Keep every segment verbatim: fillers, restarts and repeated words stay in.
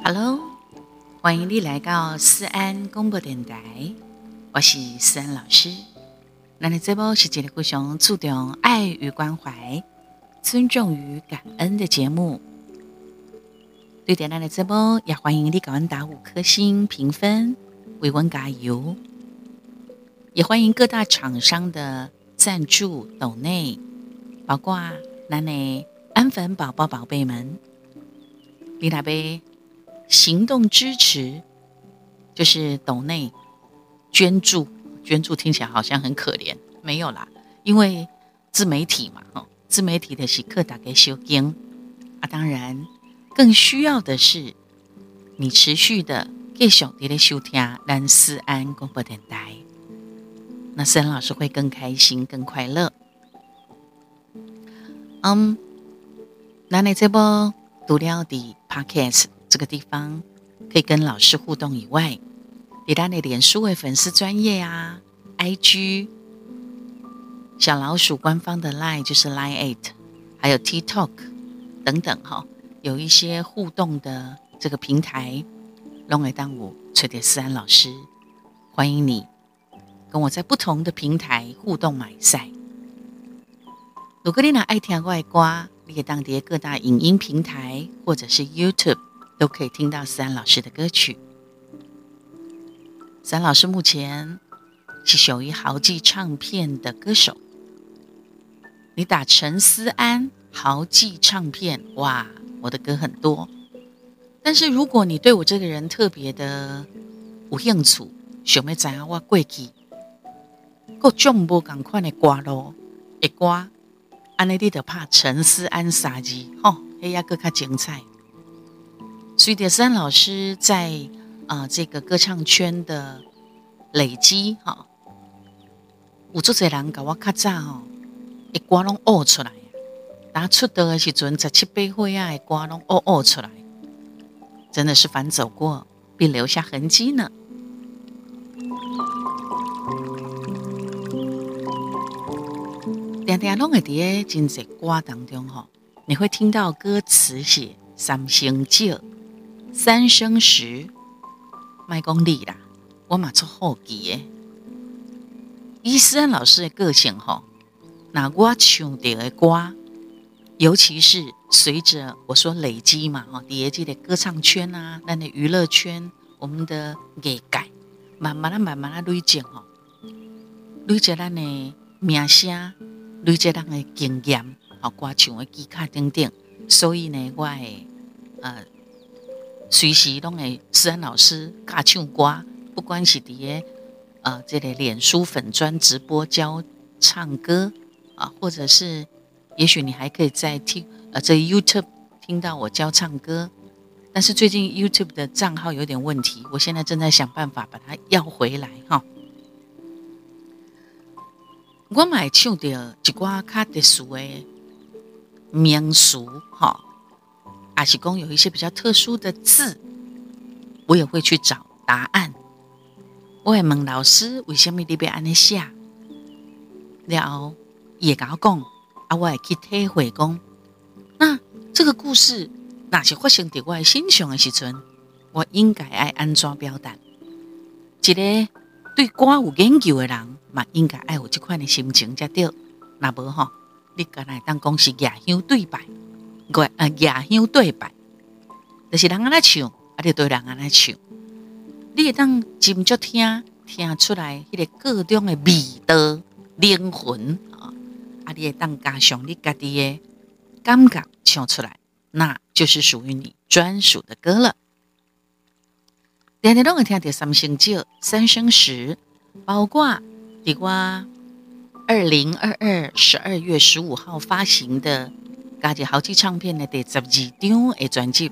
Hello，欢迎你来到思安广播电台，我是思安老师。咱的节目是一个非常注重爱与关怀、尊重与感恩的节目。对点咱的节目，也欢迎你给我们打五颗星评分，为我们加油。也欢迎各大厂商的赞助斗内，包括咱的安粉宝宝宝贝们，你那边行动支持，就是斗内捐助，捐助听起来好像很可怜，没有啦，因为自媒体嘛，哦，自媒体的时刻大概收经啊，当然更需要的是你持续的继续在收听咱思安广播电台，那思安老师会更开心、更快乐。嗯，咱的这波读了的 Podcast。这个地方可以跟老师互动以外，也在你脸书的粉丝专页啊 I G 小老鼠官方的 Line 就是 Line eight 还有 TikTok 等等哈，有一些互动的这个平台都可以当我崔德思安老师欢迎你跟我在不同的平台互动买赛。如果你哪爱听我的歌，你可以当在各大影音平台或者是 YouTube都可以听到思安老师的歌曲。思安老师目前是属于豪记唱片的歌手。你打陈思安豪记唱片，哇，我的歌很多。但是如果你对我这个人特别的有兴趣，想要知道我过去各种不同款的歌路的歌，安尼你就拍陈思安三字，吼，那也更加精彩。所以，思安老师在啊、呃、这个歌唱圈的累积，哈、哦，有足侪人甲我较早吼，的歌拢学出来，当出道的时阵，十七八岁啊，的歌拢学学出来，真的是反走过，并留下痕迹呢。常常拢会在真侪歌当中吼，你会听到歌词写三声少。三生石，卖讲你啦，我嘛出好奇的。以思安老师的个性吼，那我唱到的歌，尤其是随着我说累积嘛，哈，在这个歌唱圈啊，咱的娱乐圈，我们的业界，慢慢啊慢慢啊累积吼，累积咱的名声，累积咱的经验，好歌唱的技巧等等，所以呢，我会呃。随时都会思安老师教唱歌，不管是在呃这个脸书粉专直播教唱歌啊，或者是也许你还可以在听呃这 YouTube 听到我教唱歌，但是最近 YouTube 的账号有点问题，我现在正在想办法把它要回来哈。我嘛会唱到一寡较特殊的名词哈。还是讲有一些比较特殊的字，我也会去找答案。我会问老师为什么你要安尼写，然后也跟我讲，啊，我会去体会讲，那这个故事哪是发生在我的身上的时阵，我应该爱安怎表达？一个对歌有研究的人，嘛应该爱有这款的心情才对。那无吼，你敢来当讲是夜香对白？呃，夜香对白，就是人安那唱，啊，就对人安那唱。你会当斟酌听，听出来迄个各种的味道、灵魂啊，啊，你会当加上你家己的感觉唱出来，那就是属于你专属的歌了。常常拢会听到三声少、三声时，包括伫我二零二二十二月十五号发行的。加入豪记唱片的第十二张的专辑，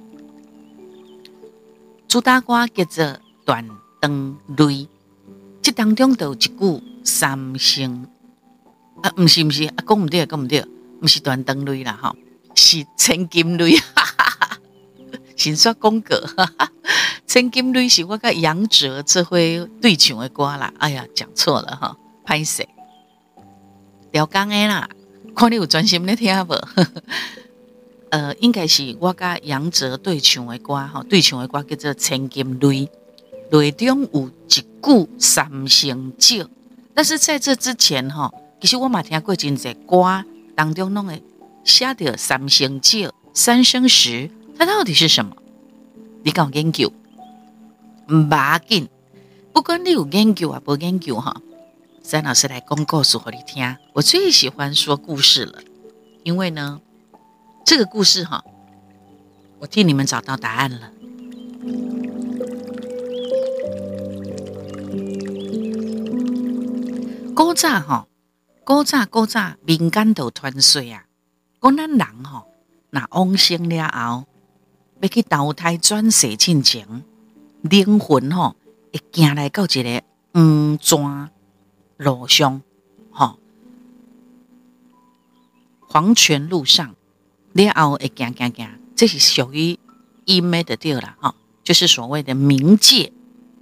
主打歌叫做《断肠泪》，这当中都有一句三声啊，不是不是啊，讲唔对，讲唔对，不是断肠泪啦哈，是千金泪，哈哈哈，先说广告，哈哈，千金泪是我甲杨哲这回对唱的歌啦，哎呀，讲错了哈，歹势，调讲的啦。看你有专心在听无？ 呃，应该是我甲杨哲对唱的歌吼，对唱的歌叫做《千金泪》，泪中有一句三声笑。但是在这之前吼，其实我嘛听过真侪歌当中拢会写到三声笑、三声时，它到底是什么？你敢有研究？唔要紧，不管你有研究啊，无研究哈，詹老师来讲故事给你听。我最喜欢说故事了，因为呢。这个故事哈，我替你们找到答案了。古早哈，古早古早民间都传说啊，讲咱人哈，那往生了后，要去投胎转世进前，灵魂哈会行来到一个黄泉路上，哈，黄泉路上。了后会行行行，这是属于阴昧的对了哈，就是所谓的冥界。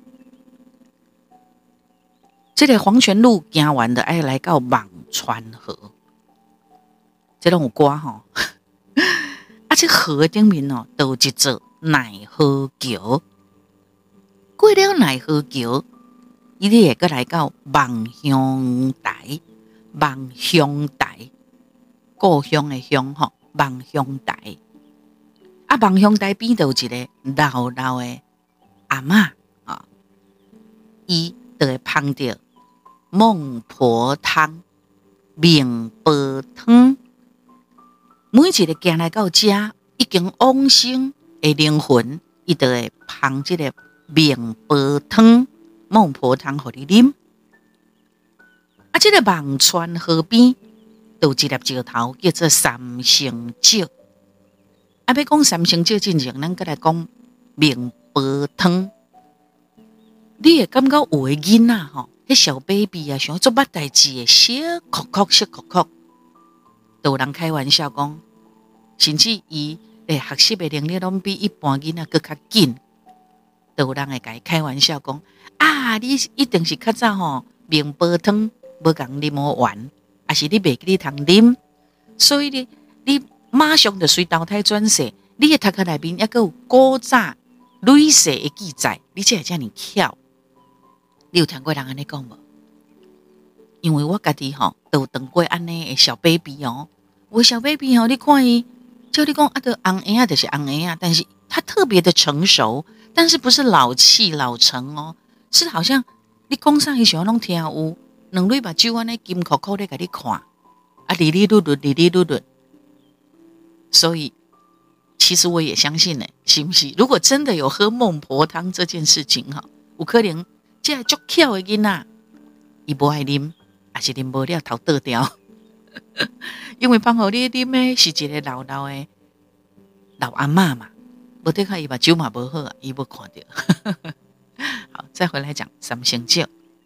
这个黄泉路行完的，爱来到蟒川河，这种有歌哈。啊，这河顶面哦，都有一座奈何桥。过了奈何桥，伊咧个来到望乡台，望乡台，故乡的乡吼。望乡台啊，望乡台边有一个老老的阿嬷啊，伊就会烹着孟婆汤、明婆汤。每一个行来到这已经往生的灵魂，伊就会烹这个明婆汤、孟婆汤给你啉。啊，这个望川河边。有一粒石头叫做三星石。啊，要讲三星石进前，咱再来讲明婆汤。你会感觉有的囡仔吼，迄小 baby 啊，想做捌代志的，小哭哭小哭哭，都有人开玩笑讲，甚至伊诶学习的能力拢比一般囡仔更较紧，都有人会甲伊开玩笑讲，啊，你一定是较早吼明婆汤无共啉好完。还是你袂记你通啉，所以你你马上就随投胎转世，你的头壳内面还有古早累世的记载，你才会这么巧。你有听过人安尼讲无？因为我家己吼都有当过安尼的小 baby 哦，有小 baby 哦，你看伊，叫你讲啊，都红婴啊，就是红婴啊，但是他特别的成熟，但是不是老气老成哦，是好像你讲啥伊想拢听有。两蕊目睭安尼金箍箍咧，甲你看，啊，哩哩噜噜，哩哩噜噜。所以，其实我也相信呢，是不是？如果真的有喝孟婆汤这件事情哈，有可能这个足巧的囡仔，伊无爱啉，还是啉无了头倒掉。因为帮互你啉的是一个老老的老阿嬷嘛，无得看伊目睭嘛无好，伊无看到。好，再回来讲三星石。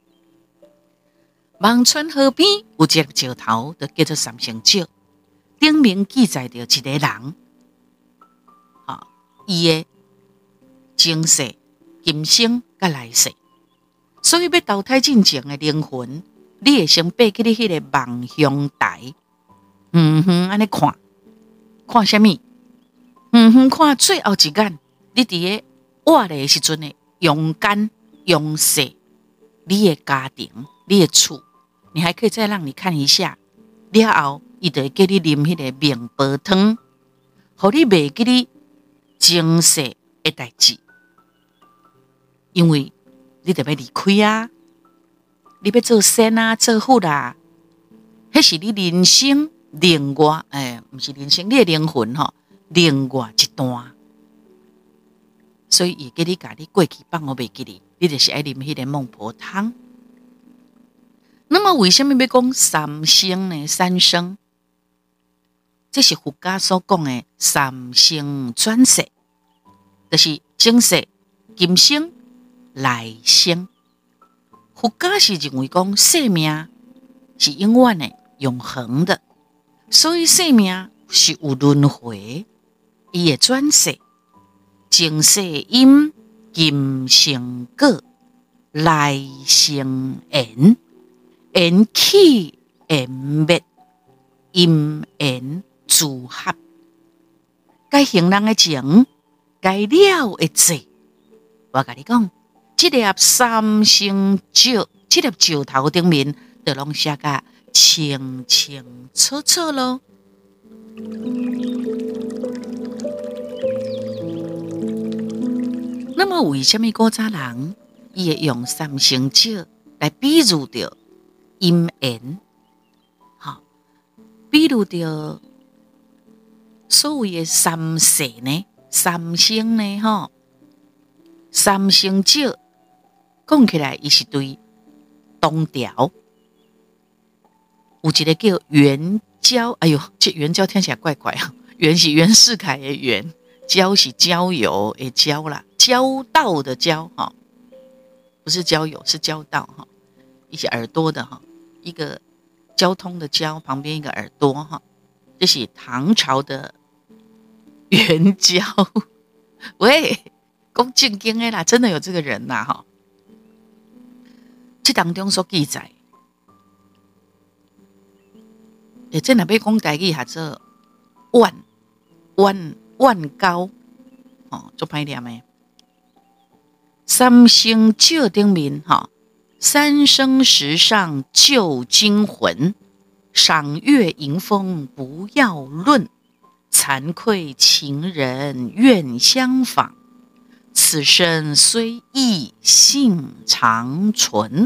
望川河边有一个石头，就叫做三星石。顶面记载着一个人，哈，伊的前世、今生甲来世，所以要投胎进前的灵魂，你会先爬去你迄个望乡台，嗯哼，安尼看，看什么？嗯哼，看最后一眼，你伫个活的时阵的阳间、阳世，你的家庭、你的厝。你还可以再让你看一下，了后，伊就会叫你啉迄个明婆汤，互你袂记你前世的代志，因为你得要离开啊，你要做仙啊，做佛啊，迄是你人生另外，诶、欸，毋是人生，你的灵魂吼，另外一段，所以伊叫你甲你过去放我袂记你，你就是爱啉迄个孟婆汤。那么为什么要讲三生呢？三生，这是佛家所讲的三生转世，就是前世、今生、来生。佛家是认为讲生命是永远的、永恒的，所以生命是有轮回，伊会转世，前世因，今生果，来生缘。缘起缘灭，因缘自合， 该行人的情，该了的罪。我甲你讲，这粒三星石，这粒石头顶面，就拢写甲清清楚楚咯。那么，为什么古早人伊会用三星石来比喻着姻缘？好，比喻着所谓的三世呢？三星呢？吼，三星石讲起来，伊是对东条有一个叫袁交。哎呦，这袁交听起来怪怪啊！袁是袁世凯的袁，交是交友的交啦，交道的交哈，不是交友，是交道哈。一些耳朵的哈，一个交通的交，旁边一个耳朵哈，这是唐朝的袁交。喂，讲正经的啦，真的有这个人呐哈。这当中所记载，诶，这若要讲台语，还做万万万高哦，做歹念的。三星石顶面哈，三生石上旧精魂，赏月迎风不要论，惭愧情人愿相访，此生虽异性长存。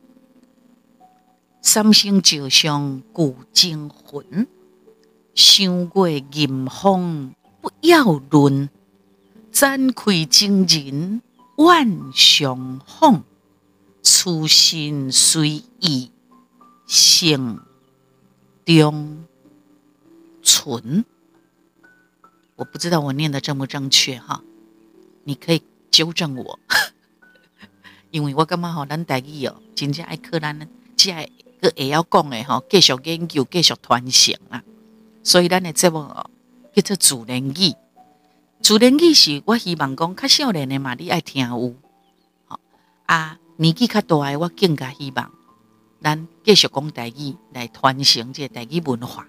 三星石上旧精魂，赏月迎风不要论，惭愧情人愿相访，此心虽异性中存。我不知道我念的正不正确哈，你可以纠正我。因为我感觉吼，咱台语哦，真正爱靠咱这个会晓讲的吼，继续研究，继续传承啊。所以咱的节目哦，叫做自然语。自然语是我希望讲，较少年的嘛，你爱听有。好啊，年纪较大的，我更加希望咱继续讲台语来传承这台语文化。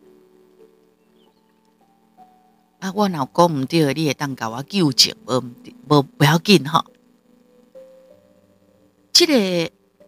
啊，我若讲唔对，你会当甲我纠正，无无不要紧吼。这个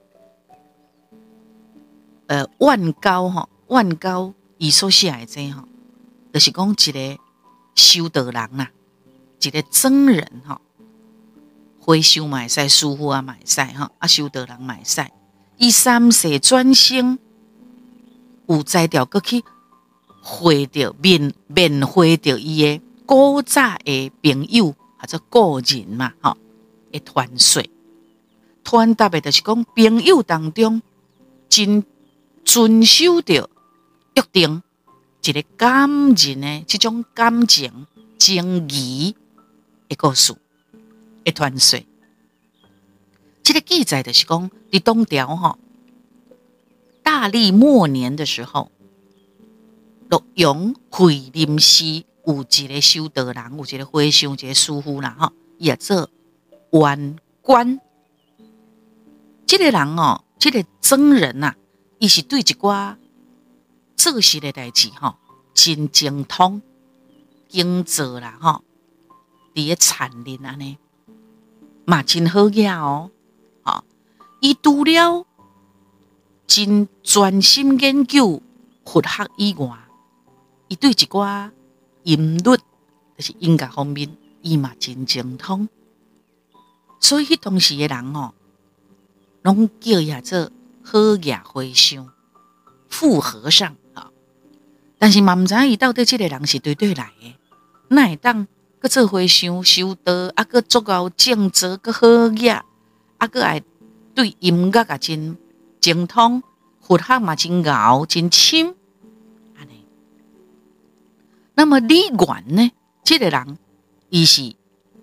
呃万高吼，万高伊所写的这吼，就是讲一个修道人啦，一个僧人吼，和尚嘛会使，师父啊嘛会使吼，啊修道人嘛会使。伊三世转生，有才调过去会着面面会着伊的古早的朋友，或者故人嘛吼，会传说。传达的就是讲朋友当中真遵守着约定，一个感人的这种感情情谊的故事的传说。这个记载就是讲，在东条哈大历末年的时候，洛阳惠林寺有一个修道人，有一个和尚，一个师父啦哈，也做员官。这个人哦，这个僧人呐、啊，伊是对一寡做事的代志吼，真精通，经做啦吼，伫个产林安尼，嘛真好嘢哦，吼，伊除了真专心研究佛学以外，伊对一寡音律，就是音乐方面，伊嘛真精通，所以迄当时的人哦。拢叫伊做好雅和尚、富和尚啊，但是嘛唔知伊到底这个人是对对来的，哪会当搁做和尚修道，啊搁足够正直，搁好雅，啊搁爱对音乐啊真精通，佛学嘛真熬真深，安尼。那么李元呢？这个人伊是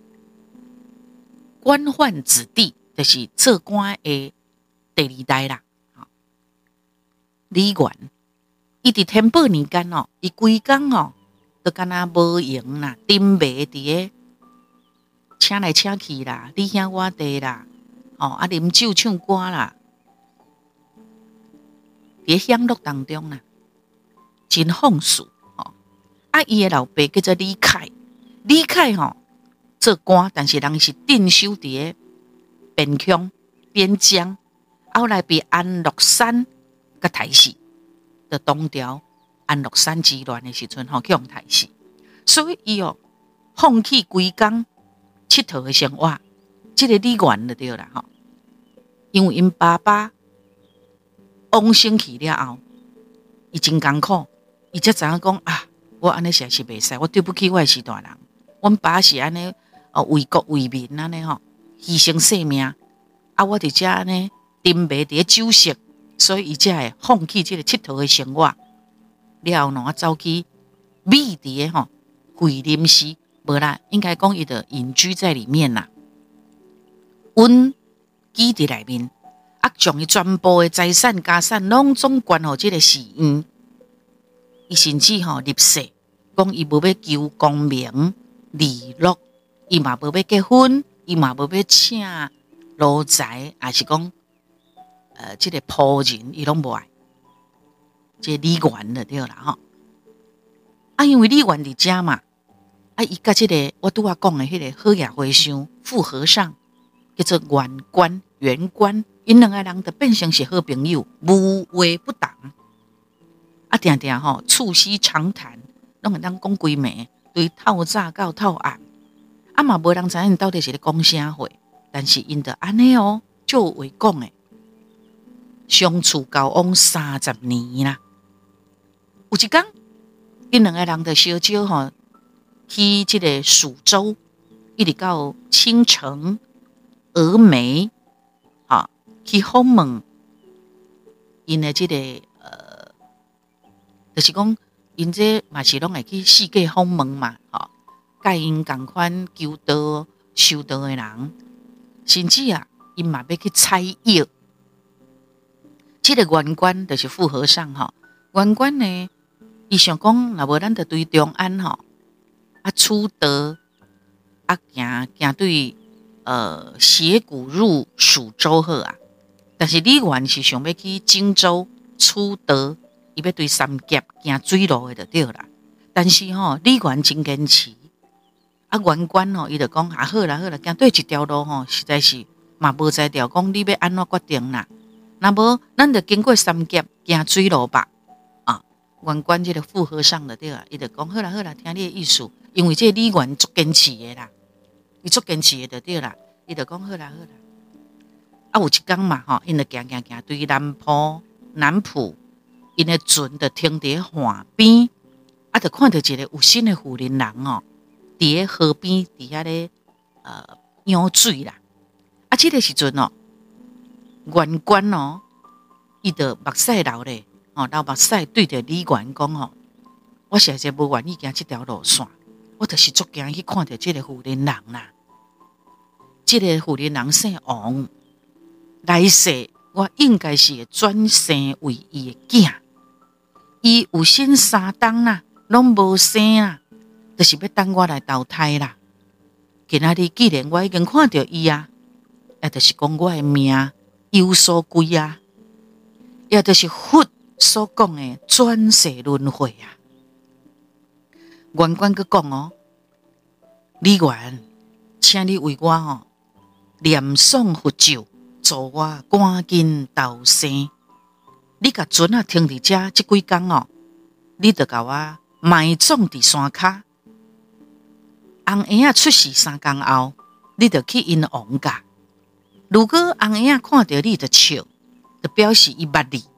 官宦子弟。就是做官的第二代啦，李元，伊伫天宝年间哦，伊规工哦，都敢若无闲啦，顶卖伫个请来请去啦，你兄我弟啦，哦啊啉酒唱歌啦，伫享乐当中啦，真放肆哦。啊，伊的老爸叫做李凯， 李凯吼做官，但是人是镇守伫边疆边疆，后来被安禄山甲杀死，就东条安禄山之乱的时阵吼，去互杀死，所以伊哦放弃规工佚佗的生活，这个李元就对啦吼，因为因爸爸往生去了后，伊真艰苦，伊才知影讲啊，我安尼实在是袂使，我对不起我的时大人，阮爸是安尼哦为国为民安尼吼，牺牲性命，啊我伫遮安尼沉迷伫酒色，所以伊才会放弃这个佚佗的生活，了后喏走去美伫诶吼惠林寺，无啦，应该讲伊就隐居在里面啦，阮记伫内面。啊，将伊全部的财产家产拢总捐互即个寺院。伊甚至吼立誓，讲伊无要求功名利禄，伊嘛无要结婚，伊嘛无要请奴才，也是讲呃，即、这个仆人伊拢无爱。即、这个李元就对啦吼。啊，因为李元伫遮嘛，啊，伊甲即个我拄仔讲的迄个好野和尚副和尚，叫做元官元官。因两个人就变成是好朋友，无话不谈。啊，定定吼，促膝长谈，拢会当讲规暝，对透早到透暗。啊嘛，无人知影到底是咧讲啥话，但是因着安尼哦，就有话讲诶。相处交往三十年啦，有一天，因两个人就小招吼，去即个蜀州，一直到青城、峨眉。去访问因的这个呃，就是讲因这嘛是拢会去世界访问嘛，吼，甲因共款求道修道的人，甚至啊，因嘛要去采药。这个元官就是副和尚吼，元官呢，伊想讲，若无咱就对中安吼，啊，出德啊，行行对呃斜谷入蜀州好啊。但是李元是想要去荆州出德，伊要对三峡行水路的就对啦。但是吼、哦，李元真坚持，啊元官吼，伊就讲啊好啦好啦，行对一条路吼，实在是嘛无才调，讲你要安怎决定啦？那无咱就经过三峡行水路吧。啊，元官这个副和尚就对啦，伊就讲好啦好啦，听你的意思，因为这个李元足坚持的啦，伊足坚持的就对啦，伊就讲好啦好啦。啊，有一天嘛，吼，因就行行行，对南坡南浦，因的船就停伫岸边，啊，就看到一个有心的妇人人哦，伫咧河边伫遐咧呃舀水啦。啊，这个时阵哦，元官哦，伊就目屎流咧，哦，流目屎对着李元讲吼，我实在无愿意行这条路线，我就是足惊去看到这个妇人人啦。这个妇人人姓王。来世我应该是会转生为伊的囝，伊有生三冬啦，拢无生啦，就是要等我来投胎啦。今仔日既然我已经看到伊啊，也就是讲我的命有所归啊，也就是佛所讲的转世轮回啊。元官佮讲哦，李元，请你为我哦念诵佛咒。助我赶紧投生，你甲船啊停伫遮即几工哦，你就甲我埋葬伫山骹。红婴仔出世三工后，你就去因王家。如果红婴仔看到你就笑，就表示伊捌你。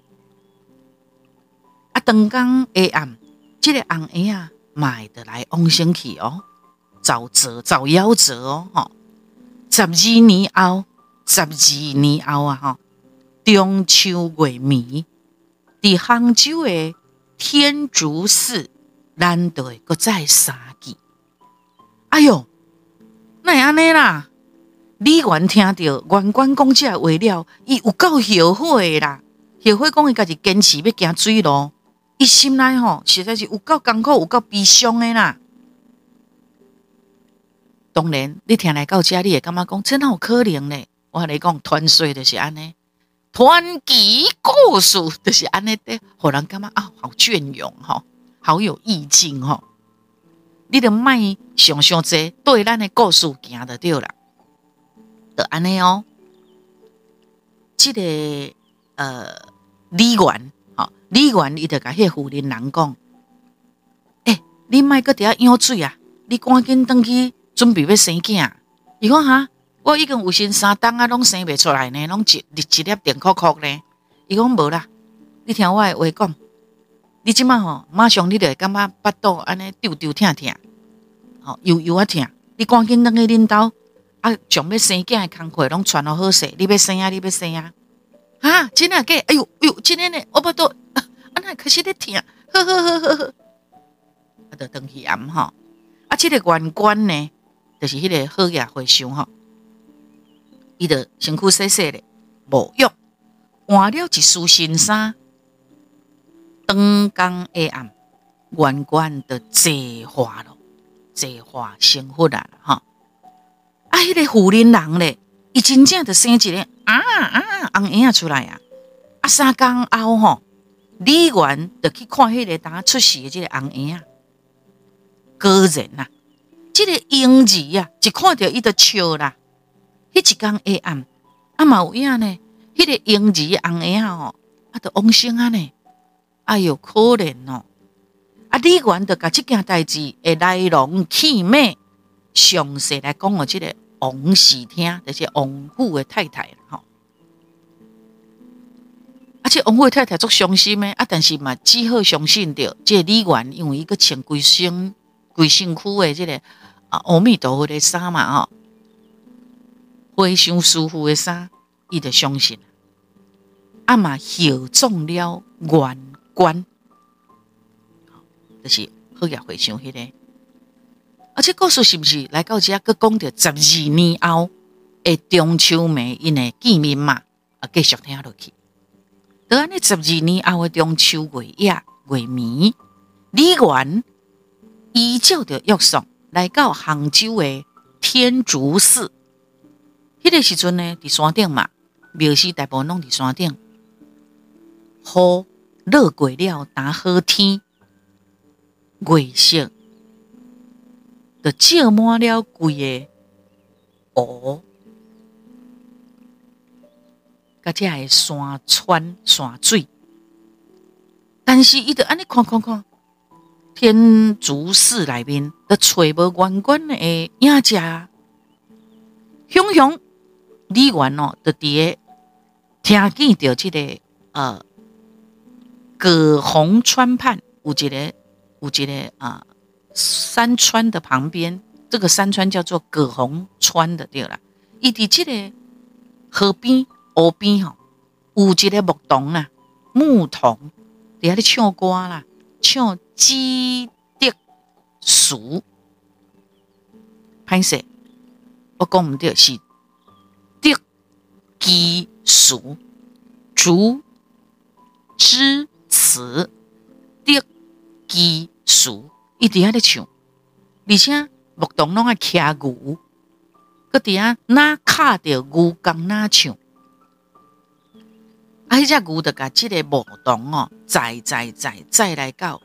啊，当天下暗，即、这个红婴仔嘛会得来往生去哦，走折走夭折哦，吼，十二年后。十二年后啊，吼，中秋月暝，伫杭州的天竺寺，咱就会搁再相见。哎哟，哪会安尼啦？李元听到元官讲这话了，伊有够后悔啦！后悔讲伊家己坚持要行水路，伊心内吼实在是有够艰苦，有够悲伤的啦。当然，你听来到这，你会感觉讲，这哪有可能呢？我跟你讲，传说就是安尼，传奇故事就是安尼的，互人感觉啊，好隽永吼，好有意境吼。 你著莫想伤济，对咱的故事行就对啦。就安尼哦，这个呃李元，吼、哦，李元伊就甲迄妇人人讲，诶、欸，你莫搁伫遐舀水啊，你赶紧转去准备要生囝。伊讲哈，我已经有生三档啊，拢生袂出来呢，拢一一一粒电哭哭呢。伊讲无啦，你听我的话讲，你即马吼，马上你就会感觉巴肚安尼丢丢疼疼，吼、哦，油油啊疼，你赶紧转去恁兜。啊，将要生囝的工课拢传落好势，你要生啊，你要生啊！啊，真的假？哎呦哎呦，真的呢，我巴肚啊，那开始咧疼，呵呵呵呵呵，啊，就转去验吼。啊，这个元官呢，就是迄个好野和尚吼，伊就身躯洗洗咧，沐浴，换了一束新衫，当天下暗，元官就坐化咯，坐化成佛啊吼。啊，迄、那个妇人人咧，伊真正就生一个啊啊红婴仔出来啊！啊，三天后吼，李元就去看迄个当出世的这个红婴仔，果然啊，这个婴儿啊，一看到伊就笑啦。迄一天下暗，啊嘛有影呢，迄、那个婴儿红婴仔吼，啊，就往生啊呢。哎哟，可怜哦！啊，李元就甲这件代志的来龙去脉详细来讲哦，这个。王氏听，就是王府的太太吼，而且王府的太太足伤心的啊，但是嘛，只好相信着这个李元，因为伊个穿规身规身躯的这个啊阿弥陀佛的衫嘛吼，非常舒服的衫，伊就相信，啊嘛效忠了元官，就是好也回想迄个。而且故事是不是来到这，佮讲到十二年后的中秋暝因的见面嘛？啊，继续听落去。在安尼十二年后的中秋月夜月暝，李元依照着约束来到杭州的天竺寺。迄、那个时阵呢，伫山顶嘛，庙寺大部分拢伫山顶。雨落过了，打好天，月色。就照满了规个湖，甲遮个山川山水，但是伊就安尼看看看，天竺寺内面都找无元官的影子，雄雄李元哦，就伫个听见着这个呃葛洪川畔有一个有一个啊。山川的旁边，这个山川叫做葛洪川的对啦。伊伫这个河边、湖边吼，有一个牧童啊，牧童伫遐咧唱歌啦，唱《积德书》。歹势，我讲唔对，是德基书，竹枝词，德基书。伊伫遐咧唱，而且牧童拢爱骑牛，佮伫遐哪卡着牛工哪唱，啊！迄只牛就甲即个牧童哦，载载载载来到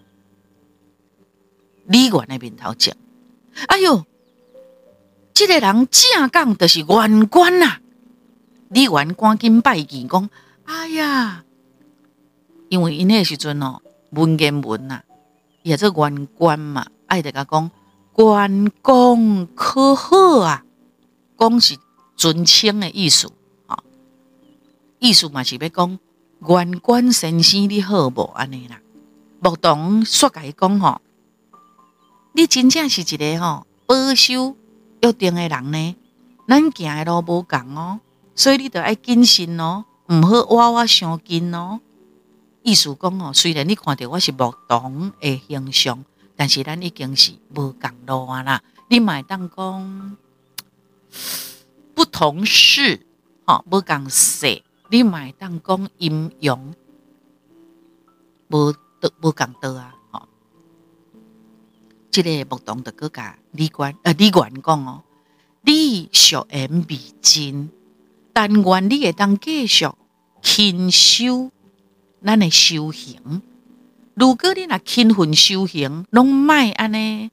李元的面头前。哎哟，即、这个人正讲就是元官啊！李元赶紧拜见讲：哎呀，因为因迄时阵哦，文言文啊。也做元官嘛，爱得甲讲元公可好啊，讲是尊称的意思啊，意思嘛是要讲元官先生你好无安尼啦。牧童煞甲伊讲吼，你真正是一个吼保守约定的人呢，咱行的路无共哦，所以你得爱谨慎哦，唔好挖我伤近哦。意思讲哦，虽然你看到我是牧童的形象，但是咱已经是无共路啊啦。你嘛会当讲不同事，吼无共事，你嘛会当讲阴阳，无无共道啊，吼。这个牧童就搁甲李元呃李元讲哦，你俗言未尽，但愿你会当继续勤修。咱的修行，如果你若勤奋修行，拢莫安尼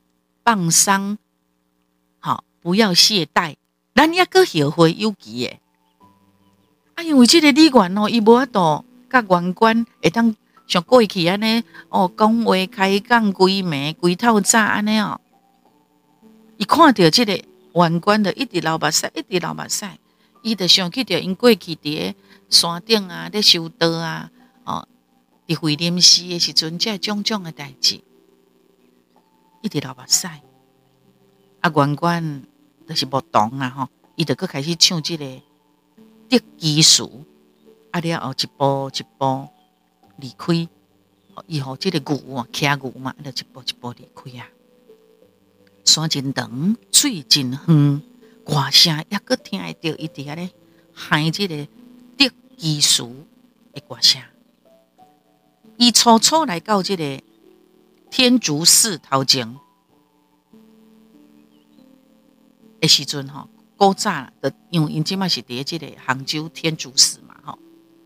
放松，好，不要懈怠，咱抑阁后会有期诶。啊，因为这个李元哦，伊无法度甲员官会当像过去安尼哦，讲话开讲规暝规透早安尼哦。伊看到这个员官的一直流目屎，一直流目屎，伊就想起着因过去伫咧山顶啊，咧修道啊，哦，伫惠林寺的时阵，这种种的代志，一直流目屎。啊，员官就是无同啊吼，伊就搁开始唱这个得基词，啊了后一步一步离开，伊互这个牛啊，骑牛嘛，就一步一步离开啊。山真长，水真远，歌声也搁听会到伊伫遐咧喊这个得基词的歌声。伊初初来到这个天竺寺头前的时阵吼，古早啦，因为因即马是伫即个杭州天竺寺嘛吼。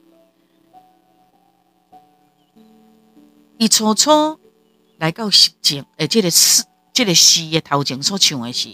伊初初来到寺前，诶，即个寺，即个寺的头前所唱的是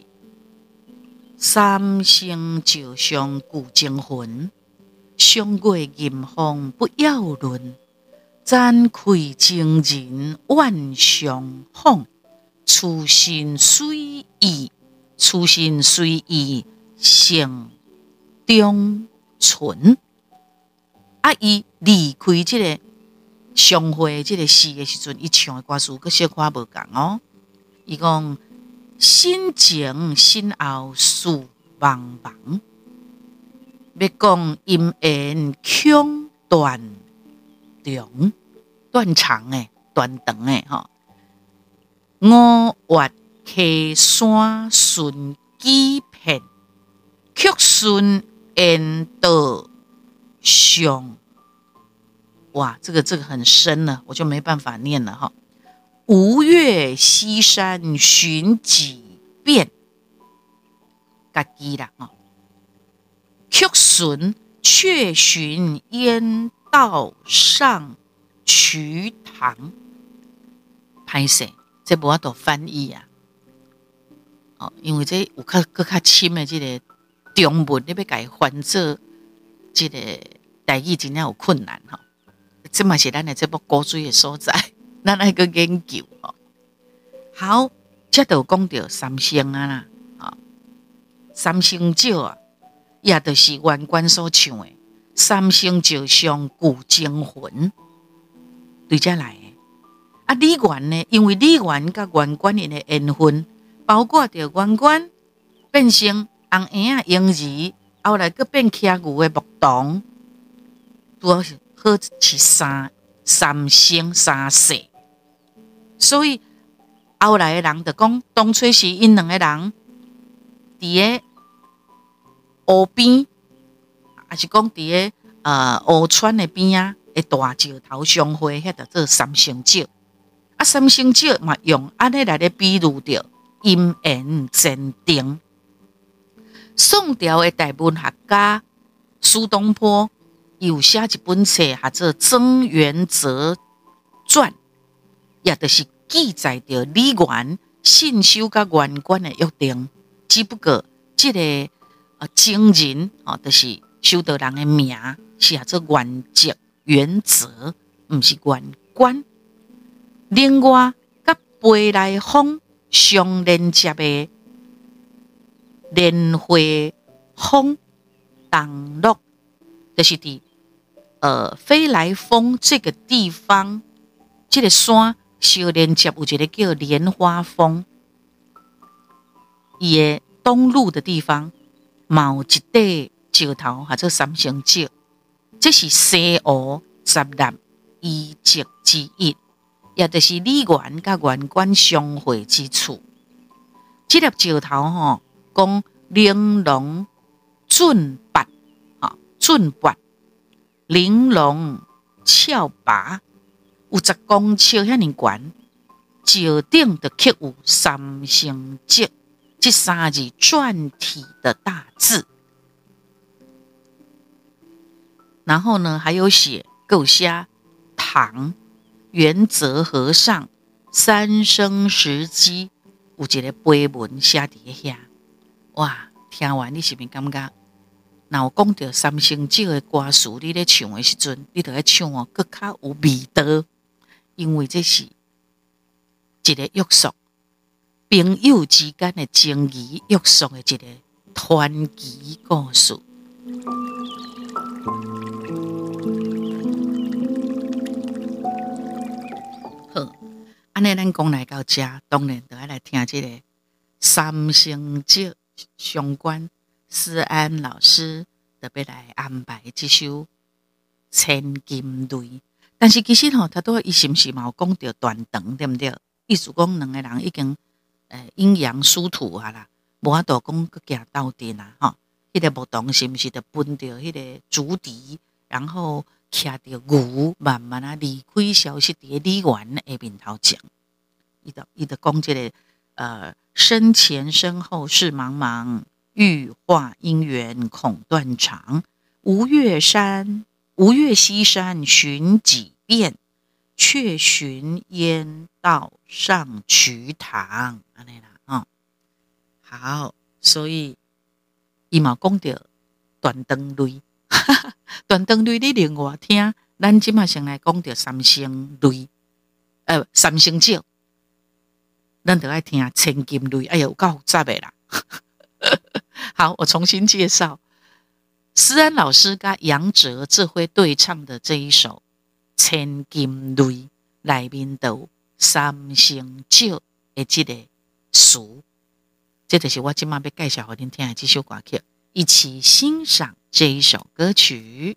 “三星照相故精魂，上月吟风不要论。展开情人万相访，此心随意，此心随意性中存。”啊，伊离开即个相会即个诗的时阵，伊唱的歌词佮小可无共哦。伊讲心前身后事茫茫，要讲姻缘恐断长，断长诶，断长诶吼。五岳溪山顺几片，曲顺缘道上。哇，这个这个很深了，我就没办法念了哈。吴越西山寻几遍，家己啦哈。曲顺却寻烟道上瞿塘，歹势，这无法度翻译啊。哦，因为这有较搁较深的这个中文，你要甲伊翻做这个台语，真正有困难哈。这嘛是咱的这部古水的所在，咱爱去研究吼。好，这就讲到三星啊啦，啊，三星照啊，也就是元官所唱的“三星照相故精魂”，对这来的。啊，李元呢，因为李元甲元官因的缘分，包括着元官变成红婴仔婴儿，后来佫变骑牛的牧童，拄好是。好是三三生三世，所以后来的人就讲，当初是因两个人伫个湖边，还是讲伫个呃湖川的边啊，的大石头相会，迄叫做三星照。啊，三星照嘛用安尼来咧比喻着姻缘坚定。宋朝的大文学家苏东坡。有写一本册，叫做《曾元泽传》，也就是记载着李元信守甲元官的约定。只不过，这个呃情人哦，就是修道人的名是叫做元泽元泽，唔是元官。另外，甲背来风相连接的莲花峰当落，就是伫。呃，飞来峰这个地方，这个山相连接有一个叫莲花峰，伊的东路的地方，嘛有一块石头，或者三星石，这是西湖十大遗迹之一，也就是李元甲元官相会之处。这粒石头吼，讲玲珑俊拔，哈，俊拔。玲珑峭拔，有十公尺遐尼悬，石顶就刻有三星石这三字篆体的大字。然后呢，还有写构写唐元泽和尚三生石矶有一个碑文写伫遐，哇！听完你是毋是感觉？若有讲到三星酒的歌词，你咧唱的时阵，你就要唱哦，更较有味道，因为这是一个约束，朋友之间的情谊约束的一个传奇故事。好，安尼咱讲来到这，当然就要来听这个三星酒相关。思安老师特别来安排这首《千金泪》，但是其实吼，他都伊是毋是嘛有讲到断肠，对不对？意思讲两个人已经呃阴阳殊途啊啦，无法度讲佮行到底啦吼。迄、那个牧童是毋是就分着迄个竹笛，然后骑着牛，慢慢啊离开，消失伫李园的面头前。伊就伊就讲这个呃生前身后事茫茫。欲化姻缘恐断肠，吴越山吴越西山寻几遍，却寻烟道上瞿塘。安尼啦，哦，好，所以伊嘛讲到断肠泪，断肠泪你另外听，咱即马先来讲到三星泪，呃，三星酒，咱就爱听千金泪，哎呦，有够复杂的啦。好，我重新介绍思安老师跟杨哲智慧对唱的这一首《千金泪》内面有三星酒的这个词，这就是我今晚要介绍给您听的这首歌曲，一起欣赏这一首歌曲。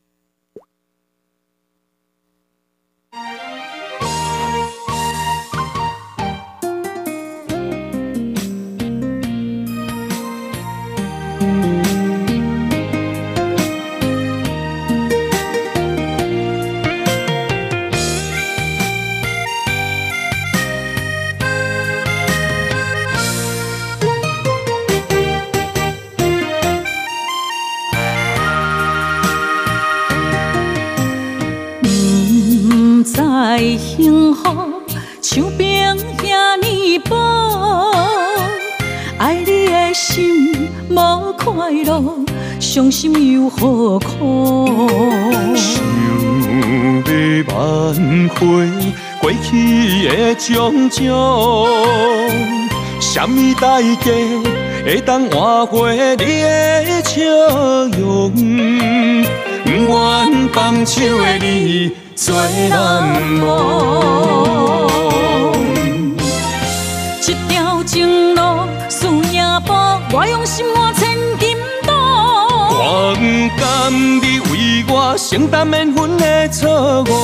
在幸福像冰遐尼薄，爱你的心无快乐，伤心又何苦？ 想要挽回过去的种种，什么代价会当换回你的笑容？不愿放手的你。最难忘，一条情路输赢搏，我用心换千金刀。我不甘你为我承担免分的错误，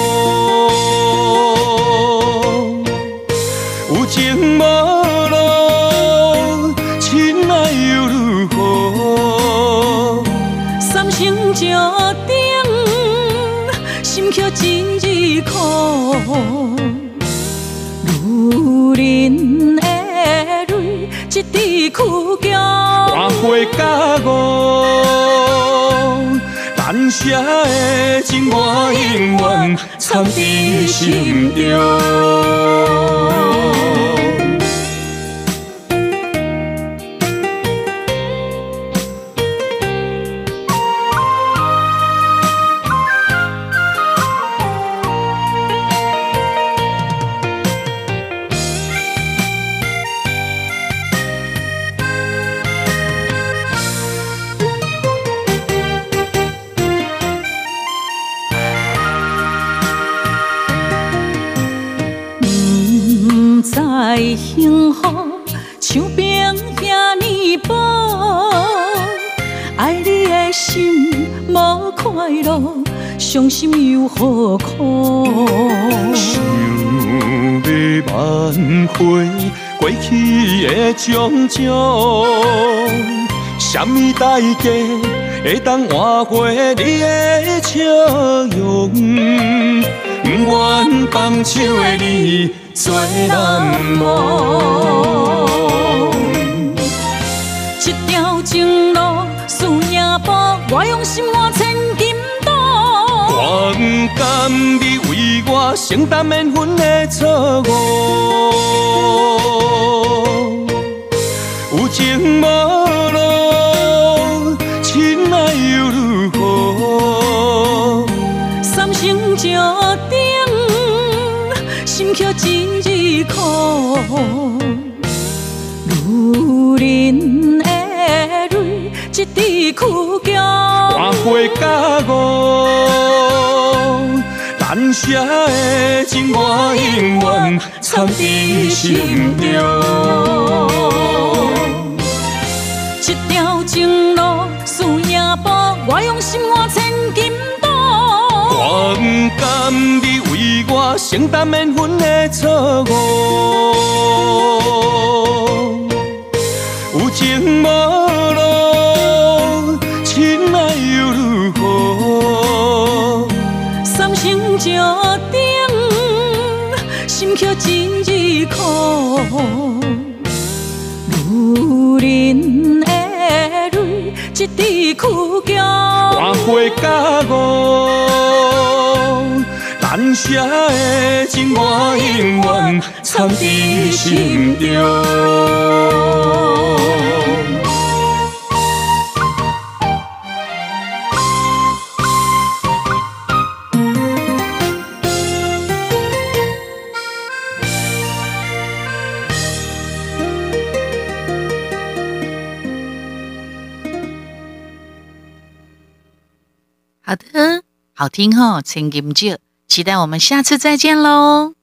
有情无路，亲爱又如何？三星酒顶，心却一日苦，如人的泪，一滴苦叫。换回甲我，难舍的情我永远藏伫心中。在幸福像冰遐尼薄，爱你的心无快乐，伤心又何苦？想要挽回过去的种种，什么代价会当换回你的笑容？不愿放手的你。最难忘，一条情路输赢搏，我用心换千金刀。我不甘你为我承担免分的错误， 有情无路，亲爱又如何？ 三生石顶，心却真日苦。如人的泪，一滴苦叫。 半岁甲五，难舍的情我永远藏伫心中。 一条情路输赢步，我用心换千金刀。 我不甘你为我承担免分的错误，有情无路，亲爱又如何？ 三生石顶，心却真日苦。如人的泪，一滴苦叫。 半岁甲五，难舍的情我永远藏伫心中。 好的，好听吼，千金酒，期待我们下次再见喽。